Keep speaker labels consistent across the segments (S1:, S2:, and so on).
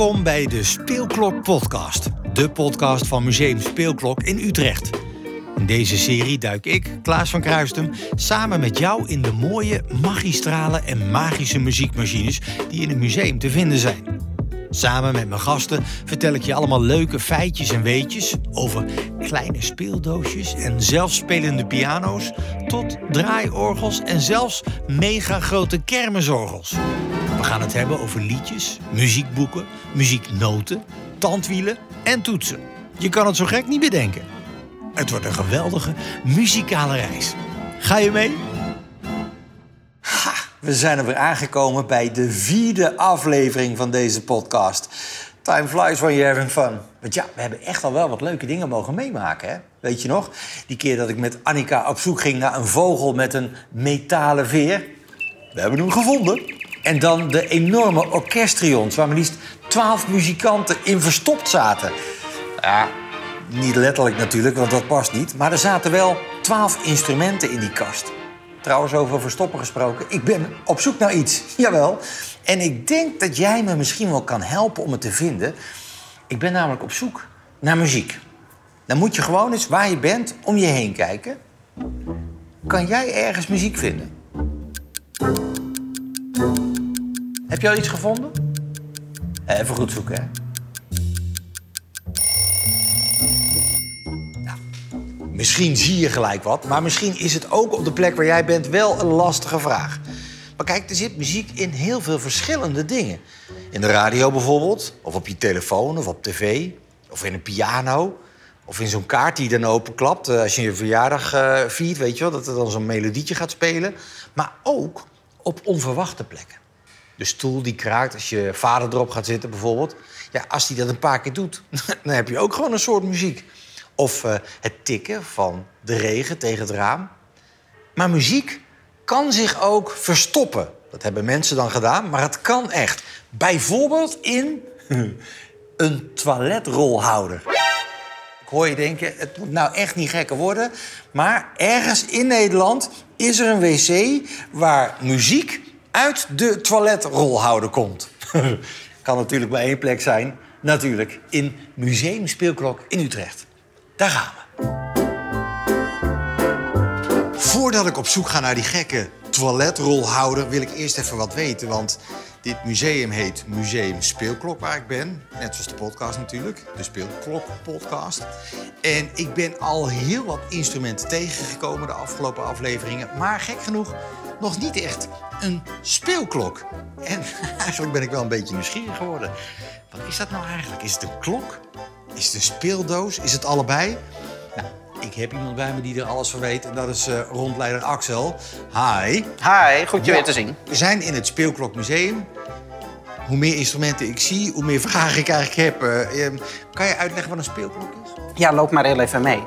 S1: Welkom bij de Speelklok Podcast. De podcast van Museum Speelklok in Utrecht. In deze serie duik ik, Klaas van Kruistum, samen met jou in de mooie, magistrale en magische muziekmachines die in het museum te vinden zijn. Samen met mijn gasten vertel ik je allemaal leuke feitjes en weetjes over kleine speeldoosjes en zelfspelende piano's tot draaiorgels en zelfs mega grote kermisorgels. We gaan het hebben over liedjes, muziekboeken, muzieknoten, tandwielen en toetsen. Je kan het zo gek niet bedenken. Het wordt een geweldige muzikale reis. Ga je mee?
S2: We zijn er weer aangekomen bij de 4e aflevering van deze podcast. Time flies when you're having fun. Want ja, we hebben echt al wel wat leuke dingen mogen meemaken, hè? Weet je nog? Die keer dat ik met Annika op zoek ging naar een vogel met een metalen veer. We hebben hem gevonden. En dan de enorme orkestrions, waar maar liefst 12 muzikanten in verstopt zaten. Ja, niet letterlijk natuurlijk, want dat past niet. Maar er zaten wel 12 instrumenten in die kast. Trouwens, over verstoppen gesproken, ik ben op zoek naar iets. Jawel. En ik denk dat jij me misschien wel kan helpen om het te vinden. Ik ben namelijk op zoek naar muziek. Dan moet je gewoon eens waar je bent om je heen kijken. Kan jij ergens muziek vinden? Heb je al iets gevonden? Even goed zoeken, hè? Misschien zie je gelijk wat, maar misschien is het ook op de plek waar jij bent wel een lastige vraag. Maar kijk, er zit muziek in heel veel verschillende dingen. In de radio bijvoorbeeld, of op je telefoon, of op tv, of in een piano, of in zo'n kaart die dan openklapt als je je verjaardag viert, weet je wel, dat er dan zo'n melodietje gaat spelen. Maar ook op onverwachte plekken. De stoel die kraakt als je vader erop gaat zitten bijvoorbeeld. Ja, als die dat een paar keer doet, dan heb je ook gewoon een soort muziek. Of het tikken van de regen tegen het raam. Maar muziek kan zich ook verstoppen. Dat hebben mensen dan gedaan, maar het kan echt. Bijvoorbeeld in een toiletrolhouder. Ik hoor je denken, het moet nou echt niet gekker worden. Maar ergens in Nederland is er een wc waar muziek uit de toiletrolhouder komt. Kan natuurlijk maar één plek zijn. Natuurlijk in Museum Speelklok in Utrecht. Daar gaan we. Voordat ik op zoek ga naar die gekke toiletrolhouder, wil ik eerst even wat weten. Want dit museum heet Museum Speelklok, waar ik ben. Net zoals de podcast natuurlijk, de Speelklok podcast. En ik ben al heel wat instrumenten tegengekomen de afgelopen afleveringen. Maar gek genoeg nog niet echt een speelklok. En eigenlijk ben ik wel een beetje nieuwsgierig geworden. Wat is dat nou eigenlijk? Is het een klok? Is het een speeldoos? Is het allebei? Nou, ik heb iemand bij me die er alles van weet. En dat is rondleider Axel. Hi.
S3: Hi, goed je weer te zien.
S2: We zijn in het Speelklokmuseum. Hoe meer instrumenten ik zie, hoe meer vragen ik eigenlijk heb. Kan je uitleggen wat een speelklok is?
S3: Ja, loop maar heel even mee.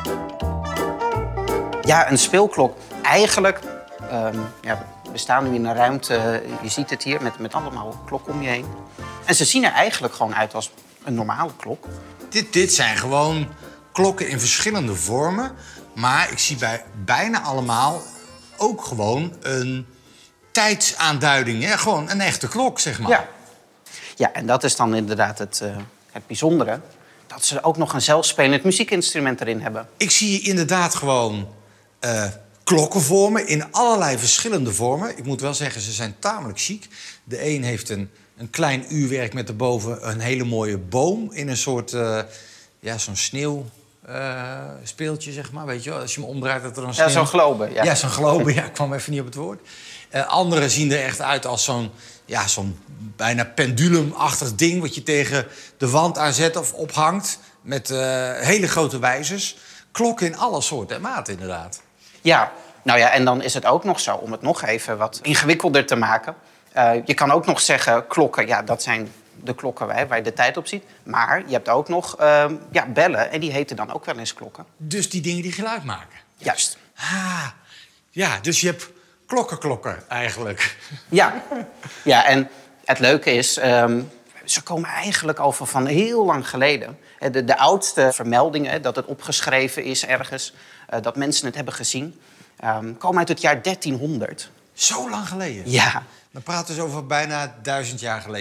S3: Ja, een speelklok. Eigenlijk, we staan nu in een ruimte, je ziet het hier, met allemaal klokken om je heen. En ze zien er eigenlijk gewoon uit als een normale klok.
S2: Dit zijn gewoon klokken in verschillende vormen. Maar ik zie bij bijna allemaal ook gewoon een tijdsaanduiding. Hè? Gewoon een echte klok, zeg maar.
S3: Ja, en dat is dan inderdaad het bijzondere. Dat ze ook nog een zelfspelend muziekinstrument erin hebben.
S2: Ik zie inderdaad gewoon klokken vormen in allerlei verschillende vormen. Ik moet wel zeggen, ze zijn tamelijk chic. De een heeft een klein uurwerk met erboven een hele mooie boom in een soort, zo'n sneeuwspeeltje, zeg maar. Weet je wel, als je hem omdraait dat er dan sneeuw...
S3: Ja, zo'n globe.
S2: Ja, zo'n globe. Ja, ik kwam even niet op het woord. Andere zien er echt uit als zo'n bijna pendulumachtig ding wat je tegen de wand aanzet of ophangt met hele grote wijzers. Klokken in alle soorten en maten, inderdaad.
S3: Ja, nou ja, en dan is het ook nog zo, om het nog even wat ingewikkelder te maken. Je kan ook nog zeggen, klokken, ja, dat zijn de klokken waar je de tijd op ziet. Maar je hebt ook nog bellen en die heten dan ook wel eens klokken.
S2: Dus die dingen die geluid maken?
S3: Juist.
S2: Ja, dus je hebt klokken eigenlijk.
S3: Ja, en het leuke is, ze komen eigenlijk over van heel lang geleden. De oudste vermeldingen, dat het opgeschreven is ergens, dat mensen het hebben gezien, komen uit het jaar 1300.
S2: Zo lang geleden?
S3: Ja.
S2: Dan praten we over bijna 1000 jaar geleden.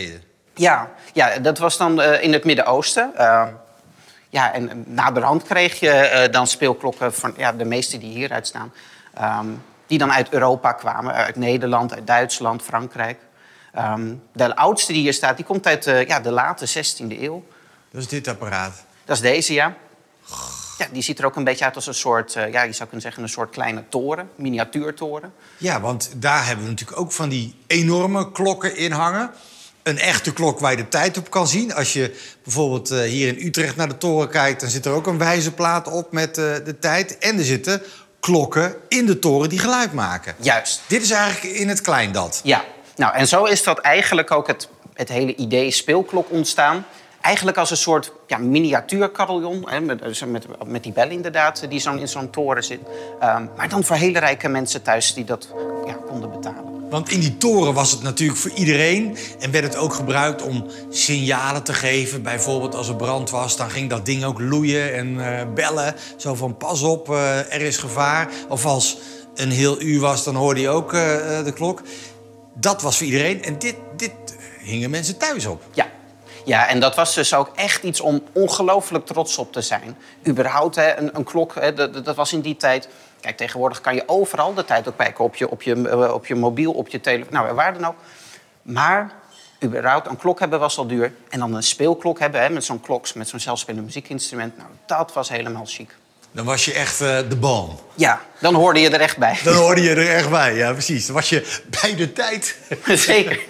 S3: Ja, dat was dan in het Midden-Oosten. En naderhand kreeg je dan speelklokken van de meeste die hieruit staan. Die dan uit Europa kwamen, uit Nederland, uit Duitsland, Frankrijk. De oudste die hier staat, die komt uit de late 16e eeuw.
S2: Dat is dit apparaat.
S3: Dat is deze, ja. Ja, die ziet er ook een beetje uit als een soort, je zou kunnen zeggen, een soort kleine toren, miniatuurtoren.
S2: Ja, want daar hebben we natuurlijk ook van die enorme klokken in hangen. Een echte klok waar je de tijd op kan zien. Als je bijvoorbeeld hier in Utrecht naar de toren kijkt, dan zit er ook een wijzerplaat op met de tijd. En er zitten klokken in de toren die geluid maken.
S3: Juist.
S2: Dit is eigenlijk in het klein dat.
S3: Ja, nou en zo is dat eigenlijk ook het hele idee speelklok ontstaan. Eigenlijk als een soort miniatuurcarillon, met die bel inderdaad, die in zo'n toren zit. Maar dan voor hele rijke mensen thuis die dat konden betalen.
S2: Want in die toren was het natuurlijk voor iedereen. En werd het ook gebruikt om signalen te geven. Bijvoorbeeld als er brand was, dan ging dat ding ook loeien en bellen. Zo van pas op, er is gevaar. Of als een heel uur was, dan hoorde je ook de klok. Dat was voor iedereen. En dit hingen mensen thuis op.
S3: Ja, en dat was dus ook echt iets om ongelooflijk trots op te zijn. Überhaupt, een klok, dat was in die tijd... Kijk, tegenwoordig kan je overal de tijd ook kijken op je mobiel, op je telefoon, nou, waar dan ook. Maar überhaupt een klok hebben was al duur. En dan een speelklok hebben, met zo'n zelfspelend muziekinstrument. Nou, dat was helemaal chic.
S2: Dan was je echt de boom.
S3: Ja, dan hoorde je er echt bij.
S2: Dan hoorde je er echt bij, ja, precies. Dan was je bij de tijd.
S3: Zeker.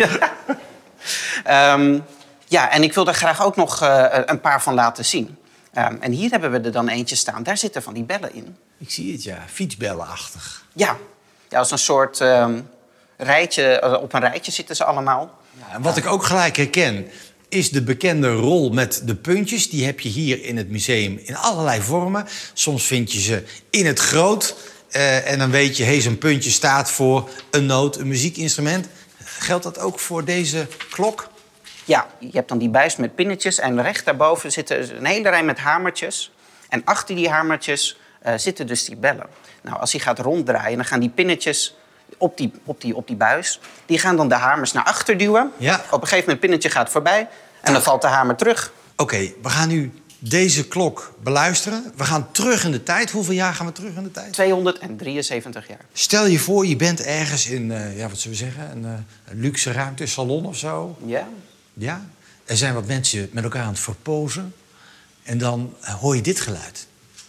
S3: En ik wil daar graag ook nog een paar van laten zien. En hier hebben we er dan eentje staan. Daar zitten van die bellen in.
S2: Ik zie het, ja. Fietsbellenachtig.
S3: Ja, als een soort rijtje. Op een rijtje zitten ze allemaal.
S2: Ja, en wat ik ook gelijk herken, is de bekende rol met de puntjes. Die heb je hier in het museum in allerlei vormen. Soms vind je ze in het groot. En dan weet je, zo'n puntje staat voor een noot, een muziekinstrument. Geldt dat ook voor deze klok?
S3: Ja, je hebt dan die buis met pinnetjes en recht daarboven zitten een hele rij met hamertjes. En achter die hamertjes zitten dus die bellen. Nou, als die gaat ronddraaien, dan gaan die pinnetjes op die buis. Die gaan dan de hamers naar achter duwen.
S2: Ja.
S3: Op een gegeven moment het pinnetje gaat voorbij en dan valt de hamer terug.
S2: Oké, we gaan nu deze klok beluisteren. We gaan terug in de tijd. Hoeveel jaar gaan we terug in de tijd?
S3: 273 jaar.
S2: Stel je voor, je bent ergens in, wat zullen we zeggen, een luxe ruimte, salon of zo.
S3: Ja.
S2: Ja, er zijn wat mensen met elkaar aan het verpozen. En dan hoor je dit geluid.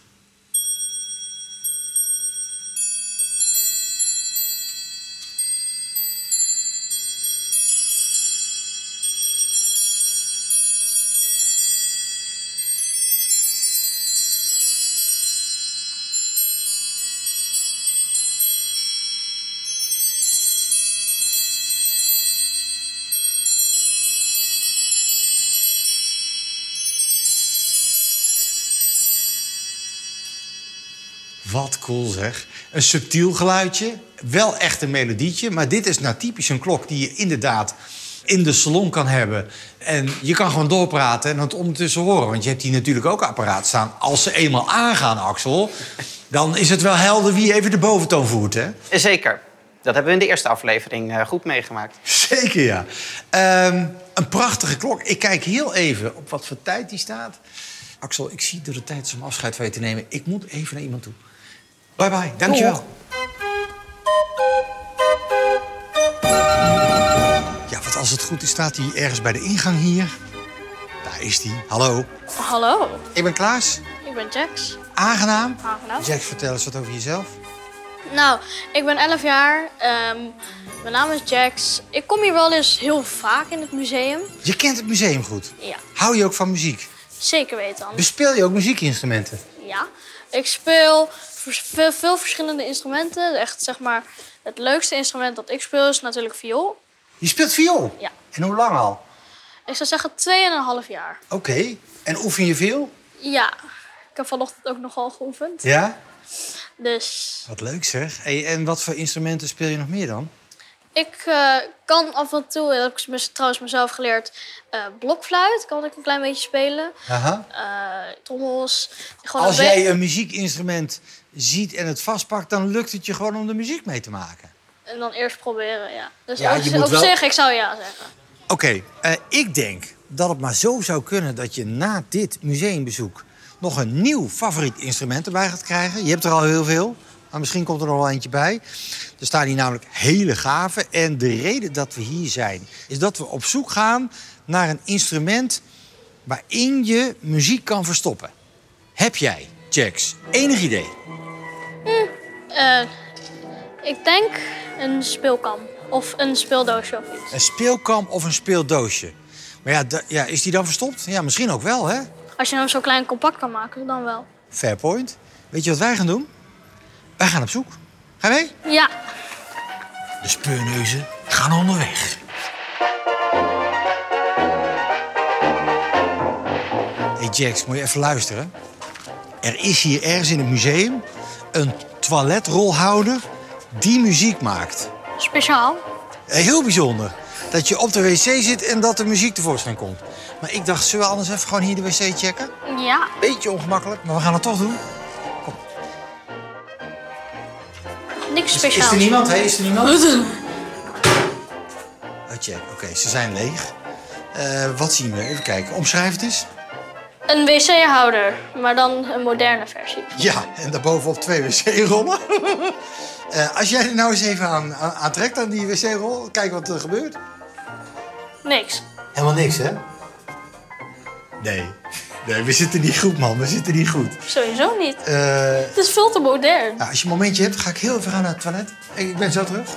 S2: Wat cool zeg. Een subtiel geluidje, wel echt een melodietje. Maar dit is nou typisch een klok die je inderdaad in de salon kan hebben. En je kan gewoon doorpraten en het ondertussen horen. Want je hebt hier natuurlijk ook apparaten staan. Als ze eenmaal aangaan, Axel, dan is het wel helder wie even de boventoon voert, hè?
S3: Zeker. Dat hebben we in de eerste aflevering goed meegemaakt.
S2: Zeker, ja. Een prachtige klok. Ik kijk heel even op wat voor tijd die staat. Axel, ik zie dat het tijd is om afscheid van je te nemen. Ik moet even naar iemand toe. Bye bye, dankjewel. Ja, wat als het goed is, staat hij ergens bij de ingang hier. Daar is hij. Hallo.
S4: Hallo,
S2: Ik ben Klaas.
S4: ik ben Jax.
S2: Aangenaam.
S4: Aangenaam.
S2: Jax, vertel eens wat over jezelf.
S4: Nou, ik ben 11 jaar. Mijn naam is Jax. Ik kom hier wel eens heel vaak in het museum.
S2: Je kent het museum goed.
S4: Ja,
S2: Hou je ook van muziek?
S4: zeker weten.
S2: Bespeel je ook muziekinstrumenten?
S4: Ja, ik speel veel verschillende instrumenten. Echt, zeg maar, het leukste instrument dat ik speel is natuurlijk viool.
S2: Je speelt viool?
S4: Ja.
S2: En hoe lang al?
S4: Ik zou zeggen 2,5 jaar.
S2: Oké. En oefen je veel?
S4: Ja, ik heb vanochtend ook nogal geoefend.
S2: Ja?
S4: Dus
S2: Wat leuk zeg. Hey, en wat voor instrumenten speel je nog meer dan?
S4: ik kan af en toe, dat heb ik trouwens mezelf geleerd, blokfluit kan ik een klein beetje spelen.
S2: Aha.
S4: Trommels. Gewoon
S2: Als
S4: een
S2: jij een muziekinstrument ziet en het vastpakt, dan lukt het je gewoon om de muziek mee te maken.
S4: En dan eerst proberen, ja. Dus
S2: Ja, je moet
S4: op
S2: wel-
S4: zich, ik zou ja zeggen.
S2: Oké, ik denk dat het maar zo zou kunnen dat je na dit museumbezoek nog een nieuw favoriet instrument erbij gaat krijgen. Je hebt er al heel veel, maar misschien komt er nog wel eentje bij. Er staan hier namelijk hele gave. En de reden dat we hier zijn, is dat we op zoek gaan naar een instrument waarin je muziek kan verstoppen. Heb jij, Jax, enig idee?
S4: Ik denk een speelkam of een speeldoosje of iets.
S2: Een speelkam of een speeldoosje. Maar ja, is die dan verstopt? Ja, misschien ook wel, hè?
S4: Als je hem zo klein en compact kan maken, dan wel.
S2: Fair point. Weet je wat wij gaan doen? Wij gaan op zoek. Ga je mee?
S4: Ja.
S2: De speurneuzen gaan onderweg. Hey Jax, moet je even luisteren. Er is hier ergens in het museum een toiletrolhouder die muziek maakt.
S4: Speciaal.
S2: Heel bijzonder. Dat je op de wc zit en dat de muziek tevoorschijn komt. Maar ik dacht, zullen we anders even gewoon hier de wc checken?
S4: Ja.
S2: Beetje ongemakkelijk, maar we gaan het toch doen. Kom.
S4: Niks speciaals.
S2: Is er niemand? Hey, is er niemand? Oh, check. Oké, ze zijn leeg. Wat zien we? Even kijken. Omschrijf het eens.
S4: Een wc-houder, maar dan een moderne versie.
S2: Ja, en daarbovenop 2 wc-rollen. Als jij er nou eens even aan trekt aan die wc-rol, kijk wat er gebeurt.
S4: Niks.
S2: Helemaal niks, hè? Nee, we zitten niet goed, man. We zitten niet goed.
S4: Sowieso niet. Het is veel te modern.
S2: Nou, als je een momentje hebt, ga ik heel even gaan naar het toilet. Ik ben zo terug.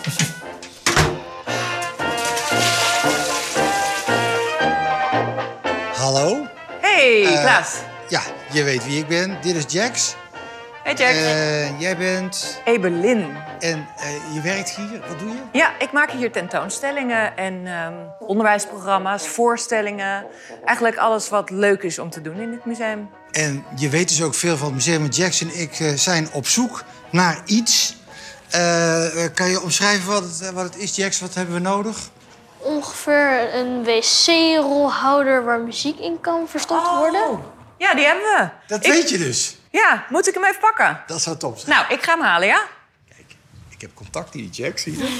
S2: Hallo?
S5: Hey, Klaas.
S2: Ja, je weet wie ik ben. Dit is Jax.
S5: Hey, Jax.
S2: Jij bent...
S5: Ebelin.
S2: En je werkt hier. Wat doe je?
S5: Ja, ik maak hier tentoonstellingen en onderwijsprogramma's, voorstellingen. Eigenlijk alles wat leuk is om te doen in het museum.
S2: En je weet dus ook veel van het museum. Jax en ik zijn op zoek naar iets. Kan je omschrijven wat het is, Jax? Wat hebben we nodig?
S4: Ongeveer een wc-rolhouder waar muziek in kan verstopt worden.
S5: Ja, die hebben we.
S2: Dat weet je dus.
S5: Ja, moet ik hem even pakken?
S2: Dat zou top zijn.
S5: Nou, ik ga hem halen, ja?
S2: Kijk, ik heb contact hier, Jax. Zie je?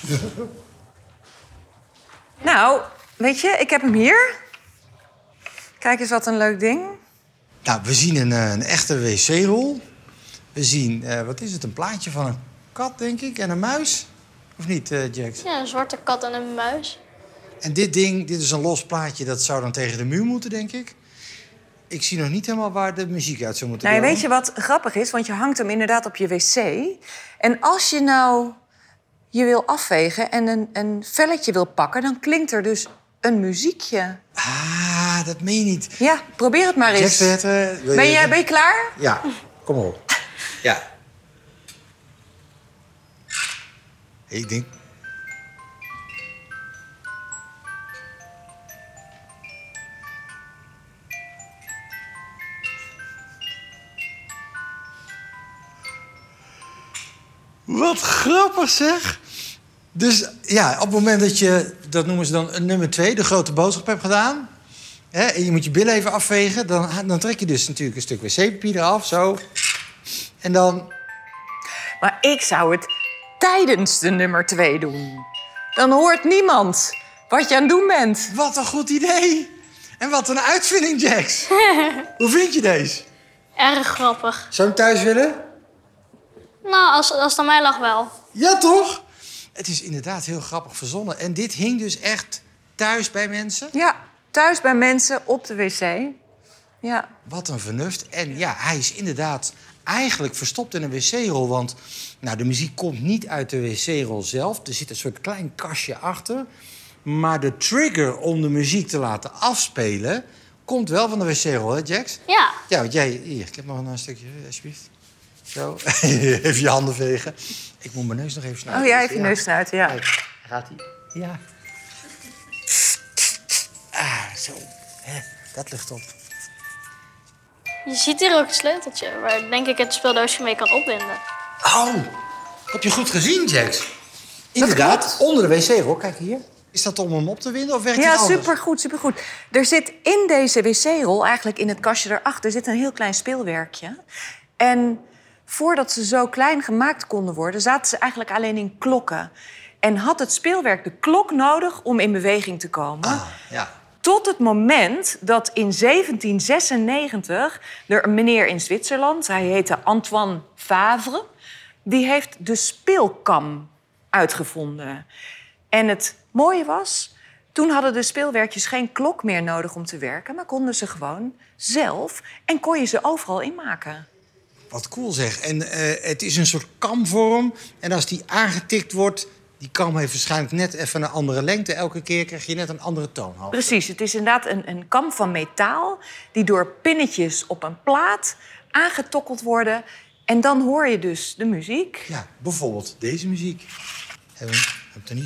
S5: Nou, weet je, ik heb hem hier. Kijk eens wat een leuk ding.
S2: Nou, we zien een echte wc-rol. We zien, wat is het, een plaatje van een kat, denk ik, en een muis. Of niet, Jax?
S4: Ja, een zwarte kat en een muis.
S2: En dit is een los plaatje, dat zou dan tegen de muur moeten, denk ik. Ik zie nog niet helemaal waar de muziek uit zou moeten komen.
S5: Weet je wat grappig is? Want je hangt hem inderdaad op je wc. En als je nou je wil afvegen en een velletje wil pakken, dan klinkt er dus een muziekje.
S2: Ah, dat meen je niet.
S5: Ja, probeer het maar eens.
S2: Jax,
S5: Ben je klaar?
S2: Ja, kom op. Ja. Ik denk... Wat grappig, zeg. Dus ja, op het moment dat je, dat noemen ze dan een nummer 2, de grote boodschap hebt gedaan, hè, en je moet je billen even afvegen, dan trek je dus natuurlijk een stuk wc-papier eraf, zo. En dan...
S5: Maar ik zou het tijdens de nummer 2 doen. Dan hoort niemand wat je aan het doen bent.
S2: Wat een goed idee. En wat een uitvinding, Jax. Hoe vind je deze?
S4: Erg grappig.
S2: Zou je hem thuis willen?
S4: Nou, als het aan mij lag wel.
S2: Ja, toch? Het is inderdaad heel grappig verzonnen. En dit hing dus echt thuis bij mensen?
S5: Ja, thuis bij mensen op de wc. Ja.
S2: Wat een vernuft. En ja, hij is inderdaad eigenlijk verstopt in een wc-rol. Want nou, de muziek komt niet uit de wc-rol zelf. Er zit een soort klein kastje achter. Maar de trigger om de muziek te laten afspelen komt wel van de wc-rol, hè, Jax?
S4: Ja.
S2: Ja, want jij... Hier, ik heb nog een stukje, alsjeblieft. Zo, even je handen vegen. Ik moet mijn neus nog even snuiten.
S5: Oh ja, even je neus snuiten, ja.
S2: Kijk, gaat hij? Ja. Ah, zo. Dat ligt op.
S4: Je ziet hier ook een sleuteltje waar denk ik het speeldoosje mee kan opwinden.
S2: Oh, heb je goed gezien, Jax? Inderdaad, onder de wc-rol. Kijk hier. Is dat om hem op te winden of werkt het
S5: Ja,
S2: anders?
S5: supergoed, supergoed. Er zit in deze wc-rol, eigenlijk in het kastje erachter, zit een heel klein speelwerkje. En voordat ze zo klein gemaakt konden worden, zaten ze eigenlijk alleen in klokken. en had het speelwerk de klok nodig om in beweging te komen.
S2: Ah, ja.
S5: Tot het moment dat in 1796 er een meneer in Zwitserland, hij heette Antoine Favre, die heeft de speelkam uitgevonden. En het mooie was, toen hadden de speelwerkjes geen klok meer nodig om te werken, maar konden ze gewoon zelf en kon je ze overal inmaken.
S2: Wat cool zeg. En het is een soort kamvorm. En als die aangetikt wordt, die kam heeft waarschijnlijk net even een andere lengte. Elke keer krijg je net een andere toonhoogte.
S5: Precies, het is inderdaad een kam van metaal die door pinnetjes op een plaat aangetokkeld worden. En dan hoor je dus de muziek.
S2: Ja, bijvoorbeeld deze muziek. Hebben we het er niet?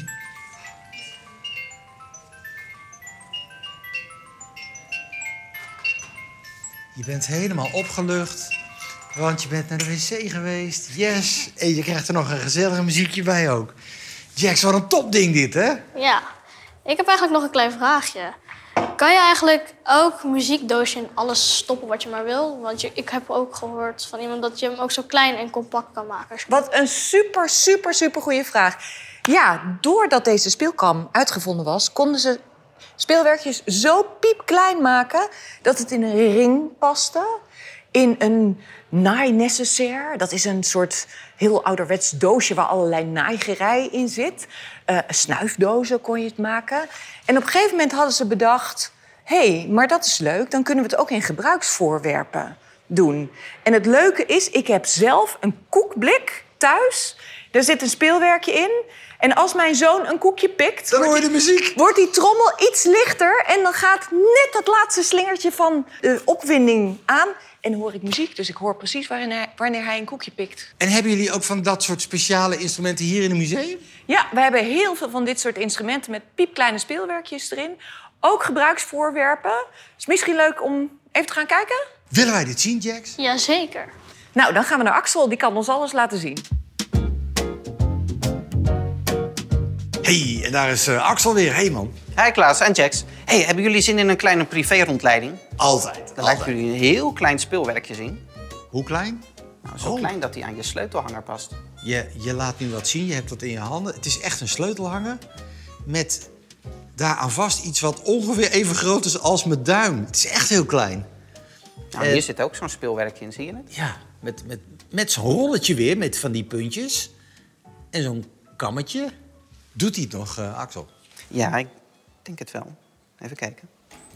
S2: Je bent helemaal opgelucht, want je bent naar de wc geweest. Yes! En je krijgt er nog een gezellig muziekje bij ook. Jax, wat een topding dit, hè?
S4: Ja, ik heb eigenlijk nog een klein vraagje. Kan je eigenlijk ook muziekdoosje in alles stoppen wat je maar wil? Want ik heb ook gehoord van iemand dat je hem ook zo klein en compact kan maken.
S5: Wat een super goede vraag. Ja, doordat deze speelkam uitgevonden was, konden ze speelwerkjes zo piepklein maken dat het in een ring paste. In een naainécessaire. Dat is een soort heel ouderwets doosje waar allerlei naaigerei in zit. Snuifdozen kon je het maken. En op een gegeven moment hadden ze bedacht, hé, maar dat is leuk, dan kunnen we het ook in gebruiksvoorwerpen doen. En het leuke is, ik heb zelf een koekblik thuis. Daar zit een speelwerkje in. En als mijn zoon een koekje pikt,
S2: Dan hoor je de muziek.
S5: wordt die trommel iets lichter en dan gaat net dat laatste slingertje van de opwinding aan. En dan hoor ik muziek, dus ik hoor precies wanneer hij een koekje pikt.
S2: En hebben jullie ook van dat soort speciale instrumenten hier in het museum?
S5: Ja, we hebben heel veel van dit soort instrumenten met piepkleine speelwerkjes erin. Ook gebruiksvoorwerpen. Is misschien leuk om even te gaan kijken?
S2: Willen wij dit zien, Jax?
S4: Jazeker.
S5: Nou, dan gaan we naar Axel, die kan ons alles laten zien.
S2: Hey, en daar is Axel weer. Hey, man.
S3: Hi Klaas en Jax. Hey, hebben jullie zin in een kleine privé-rondleiding?
S2: Altijd.
S3: Dan laat ik jullie een heel klein speelwerkje zien.
S2: Hoe klein?
S3: Nou, zo klein dat hij aan je sleutelhanger past.
S2: Je laat nu wat zien, je hebt dat in je handen. Het is echt een sleutelhanger met daaraan vast iets wat ongeveer even groot is als mijn duim. Het is echt heel klein.
S3: Nou, hier zit ook zo'n speelwerkje in, zie je het?
S2: Ja, met zo'n rolletje weer, met van die puntjes. En zo'n kammetje. Doet hij het nog, Axel?
S3: Ja, ik denk het wel. Even kijken.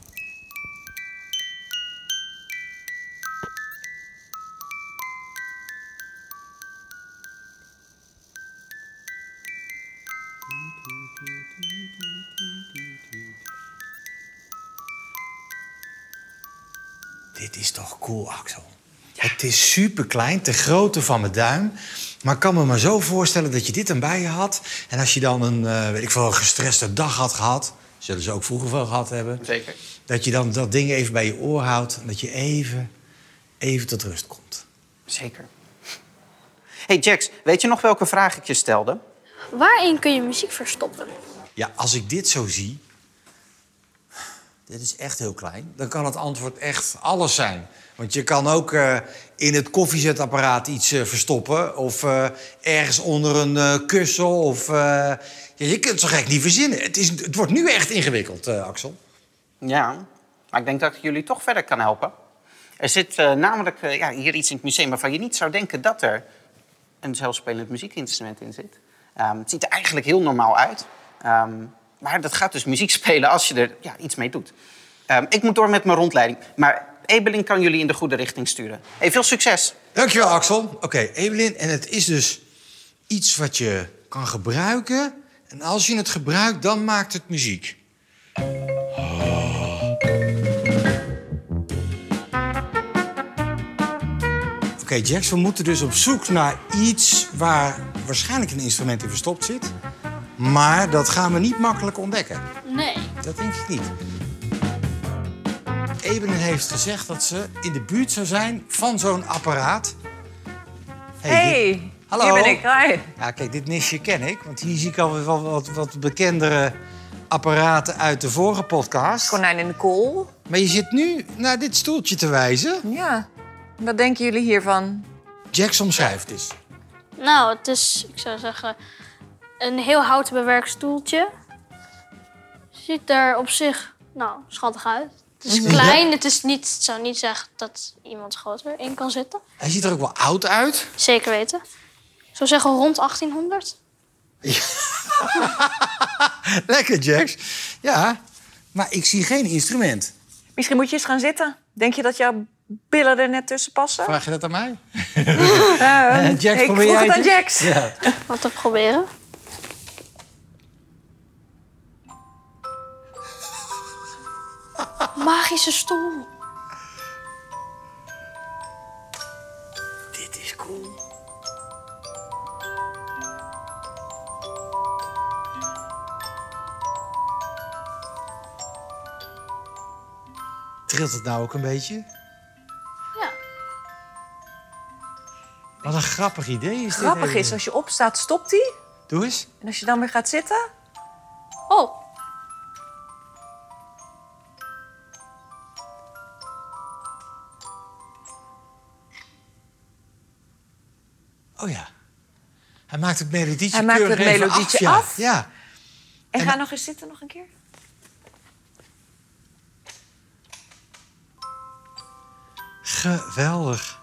S2: Dit is toch cool, Axel? Ja. Het is superklein, ter grootte van mijn duim. Maar ik kan me maar zo voorstellen dat je dit dan bij je had. En als je dan een gestreste dag had gehad... zullen ze ook vroeger wel gehad hebben.
S3: Zeker.
S2: Dat je dan dat ding even bij je oor houdt... en dat je even tot rust komt.
S3: Zeker. Hey Jax, weet je nog welke vraag ik je stelde?
S4: Waarin kun je muziek verstoppen?
S2: Ja, als ik dit zo zie... dit is echt heel klein. Dan kan het antwoord echt alles zijn. Want je kan ook in het koffiezetapparaat iets verstoppen. Of ergens onder een kussen. Of je kunt het zo gek niet verzinnen. Het wordt nu echt ingewikkeld, Axel.
S3: Ja, maar ik denk dat ik jullie toch verder kan helpen. Er zit namelijk hier iets in het museum waarvan je niet zou denken dat er een zelfspelend muziekinstrument in zit. Het ziet er eigenlijk heel normaal uit. Maar dat gaat dus muziek spelen als je er iets mee doet. Ik moet door met mijn rondleiding. Maar Ebeling kan jullie in de goede richting sturen. Hey, veel succes.
S2: Dankjewel, Axel. Oké, Evelyn. En het is dus iets wat je kan gebruiken. En als je het gebruikt, dan maakt het muziek. Oké, Jax, we moeten dus op zoek naar iets waar waarschijnlijk een instrument in verstopt zit. Maar dat gaan we niet makkelijk ontdekken.
S4: Nee.
S2: Dat denk ik niet. Evelyn heeft gezegd dat ze in de buurt zou zijn van zo'n apparaat.
S5: Hey,
S2: Hallo.
S5: hier ben ik. Hi.
S2: Ja, kijk, dit nisje ken ik. Want hier zie ik alweer wel wat bekendere apparaten uit de vorige podcast.
S5: Konijn in de kool.
S2: Maar je zit nu naar dit stoeltje te wijzen.
S5: Ja. Wat denken jullie hiervan?
S2: Jax omschrijft eens.
S4: Nou, het is, ik zou zeggen, een heel houten bewerkt stoeltje. Ziet er op zich, schattig uit. Het is klein, het zou niet zeggen dat iemand groter in kan zitten.
S2: Hij ziet er ook wel oud uit.
S4: Zeker weten. Ik zou zeggen rond 1800.
S2: Ja. Lekker, Jax. Ja, maar ik zie geen instrument.
S5: Misschien moet je eens gaan zitten. Denk je dat jouw billen er net tussen passen?
S2: Vraag je dat aan mij?
S5: Jax, ik vroeg het aan Jax.
S2: Ja.
S4: Wat te proberen. Magische stoel.
S2: Dit is cool. Trilt het nou ook een beetje?
S4: Ja.
S2: Wat een grappig idee is dit.
S5: Grappig is, als je opstaat, stopt hij.
S2: Doe eens.
S5: En als je dan weer gaat zitten...
S4: Oh.
S2: Oh ja. Hij maakt het melodietje
S5: Hij maakt
S2: keurig
S5: het
S2: even
S5: melodietje
S2: af.
S5: af.
S2: Ja.
S5: En ga nog eens zitten, nog een keer.
S2: Geweldig.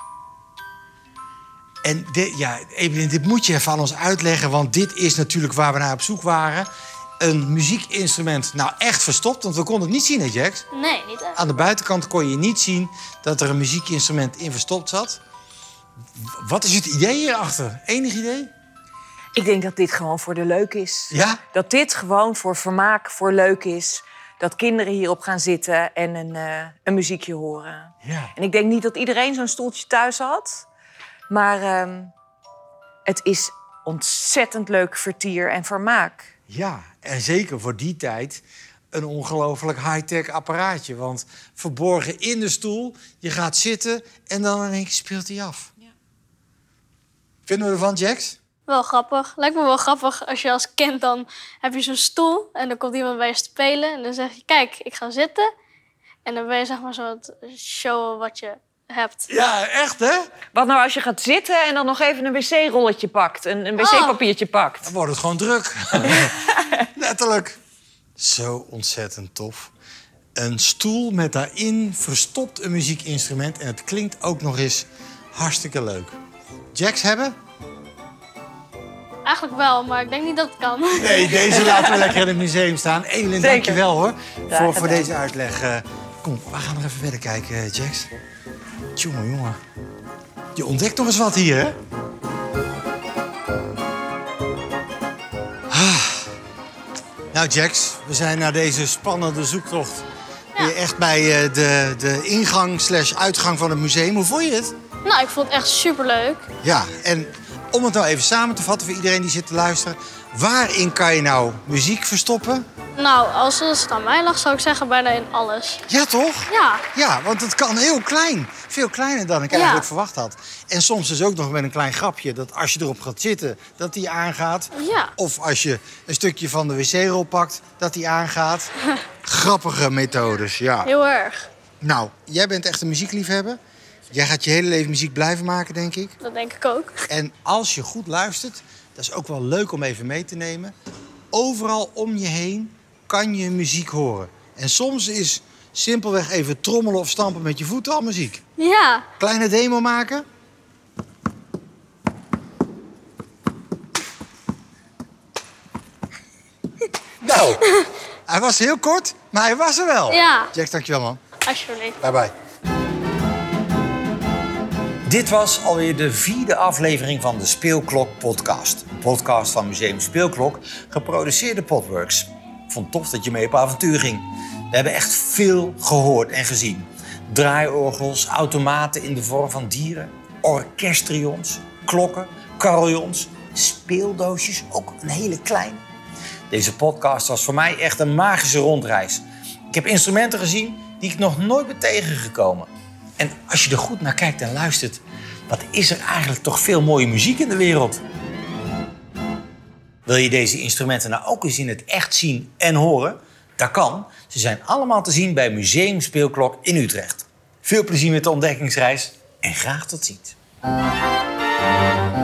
S2: En Evelien, dit moet je even aan ons uitleggen, want dit is natuurlijk waar we naar op zoek waren. Een muziekinstrument, nou echt verstopt, want we konden het niet zien, hè, Jax?
S4: Nee, niet echt.
S2: Aan de buitenkant kon je niet zien dat er een muziekinstrument in verstopt zat. Wat is het idee hierachter? Enig idee?
S5: Ik denk dat dit gewoon voor de leuk is.
S2: Ja?
S5: Dat dit gewoon voor vermaak, voor leuk is. Dat kinderen hierop gaan zitten en een muziekje horen.
S2: Ja.
S5: En ik denk niet dat iedereen zo'n stoeltje thuis had. Maar het is ontzettend leuk vertier en vermaak.
S2: Ja, en zeker voor die tijd een ongelooflijk high-tech apparaatje. Want verborgen in de stoel, je gaat zitten en dan in één keer speelt hij af. Ja. Vinden we ervan, Jax?
S4: Wel grappig. Lijkt me wel grappig als je als kind dan heb je zo'n stoel en dan komt iemand bij je spelen en dan zeg je, kijk, ik ga zitten. En dan ben je zeg maar zo aan het showen wat je hebt.
S2: Ja, echt hè?
S5: Wat nou als je gaat zitten en dan nog even een wc-rolletje pakt, een wc-papiertje pakt?
S2: Dan wordt het gewoon druk. Letterlijk. Zo ontzettend tof. Een stoel met daarin verstopt een muziekinstrument en het klinkt ook nog eens hartstikke leuk. Jax hebben?
S4: Eigenlijk wel, maar ik denk niet dat het kan.
S2: Nee, deze laten we lekker in het museum staan. Evelien,
S5: Zeker.
S2: dank je wel hoor voor
S5: gedaan.
S2: deze uitleg. Kom, we gaan nog even verder kijken, Jax. Jongen. Je ontdekt nog eens wat hier, hè? Nou, Jax, we zijn na deze spannende zoektocht weer echt bij de ingang/uitgang van het museum. Hoe vond je het?
S4: Nou, ik vond het echt superleuk.
S2: Ja, en om het nou even samen te vatten voor iedereen die zit te luisteren. Waarin kan je nou muziek verstoppen?
S4: Nou, als het aan mij lag, zou ik zeggen bijna in alles.
S2: Ja, toch?
S4: Ja.
S2: Ja, want het kan heel klein. Veel kleiner dan ik eigenlijk verwacht had. En soms dus ook nog met een klein grapje dat als je erop gaat zitten, dat die aangaat.
S4: Ja.
S2: Of als je een stukje van de wc-rol pakt, dat die aangaat. Grappige methodes, ja.
S4: Heel erg.
S2: Nou, jij bent echt een muziekliefhebber. Jij gaat je hele leven muziek blijven maken, denk ik.
S4: Dat denk ik ook.
S2: En als je goed luistert, dat is ook wel leuk om even mee te nemen. Overal om je heen kan je muziek horen. En soms is simpelweg even trommelen of stampen met je voeten al muziek.
S4: Ja.
S2: Kleine demo maken. Nou, hij was heel kort, maar hij was er wel.
S4: Ja.
S2: Jax, dankjewel man.
S4: Alsjeblieft.
S2: Bye bye. Dit was alweer de 4e aflevering van de Speelklok podcast. Een podcast van Museum Speelklok, geproduceerd door Podworks. Ik vond het tof dat je mee op avontuur ging. We hebben echt veel gehoord en gezien. Draaiorgels, automaten in de vorm van dieren, orkestrions, klokken, carillons, speeldoosjes, ook een hele klein. Deze podcast was voor mij echt een magische rondreis. Ik heb instrumenten gezien die ik nog nooit ben tegengekomen. En als je er goed naar kijkt en luistert, wat is er eigenlijk toch veel mooie muziek in de wereld? Wil je deze instrumenten nou ook eens in het echt zien en horen? Dat kan. Ze zijn allemaal te zien bij Museum Speelklok in Utrecht. Veel plezier met de ontdekkingsreis en graag tot ziens.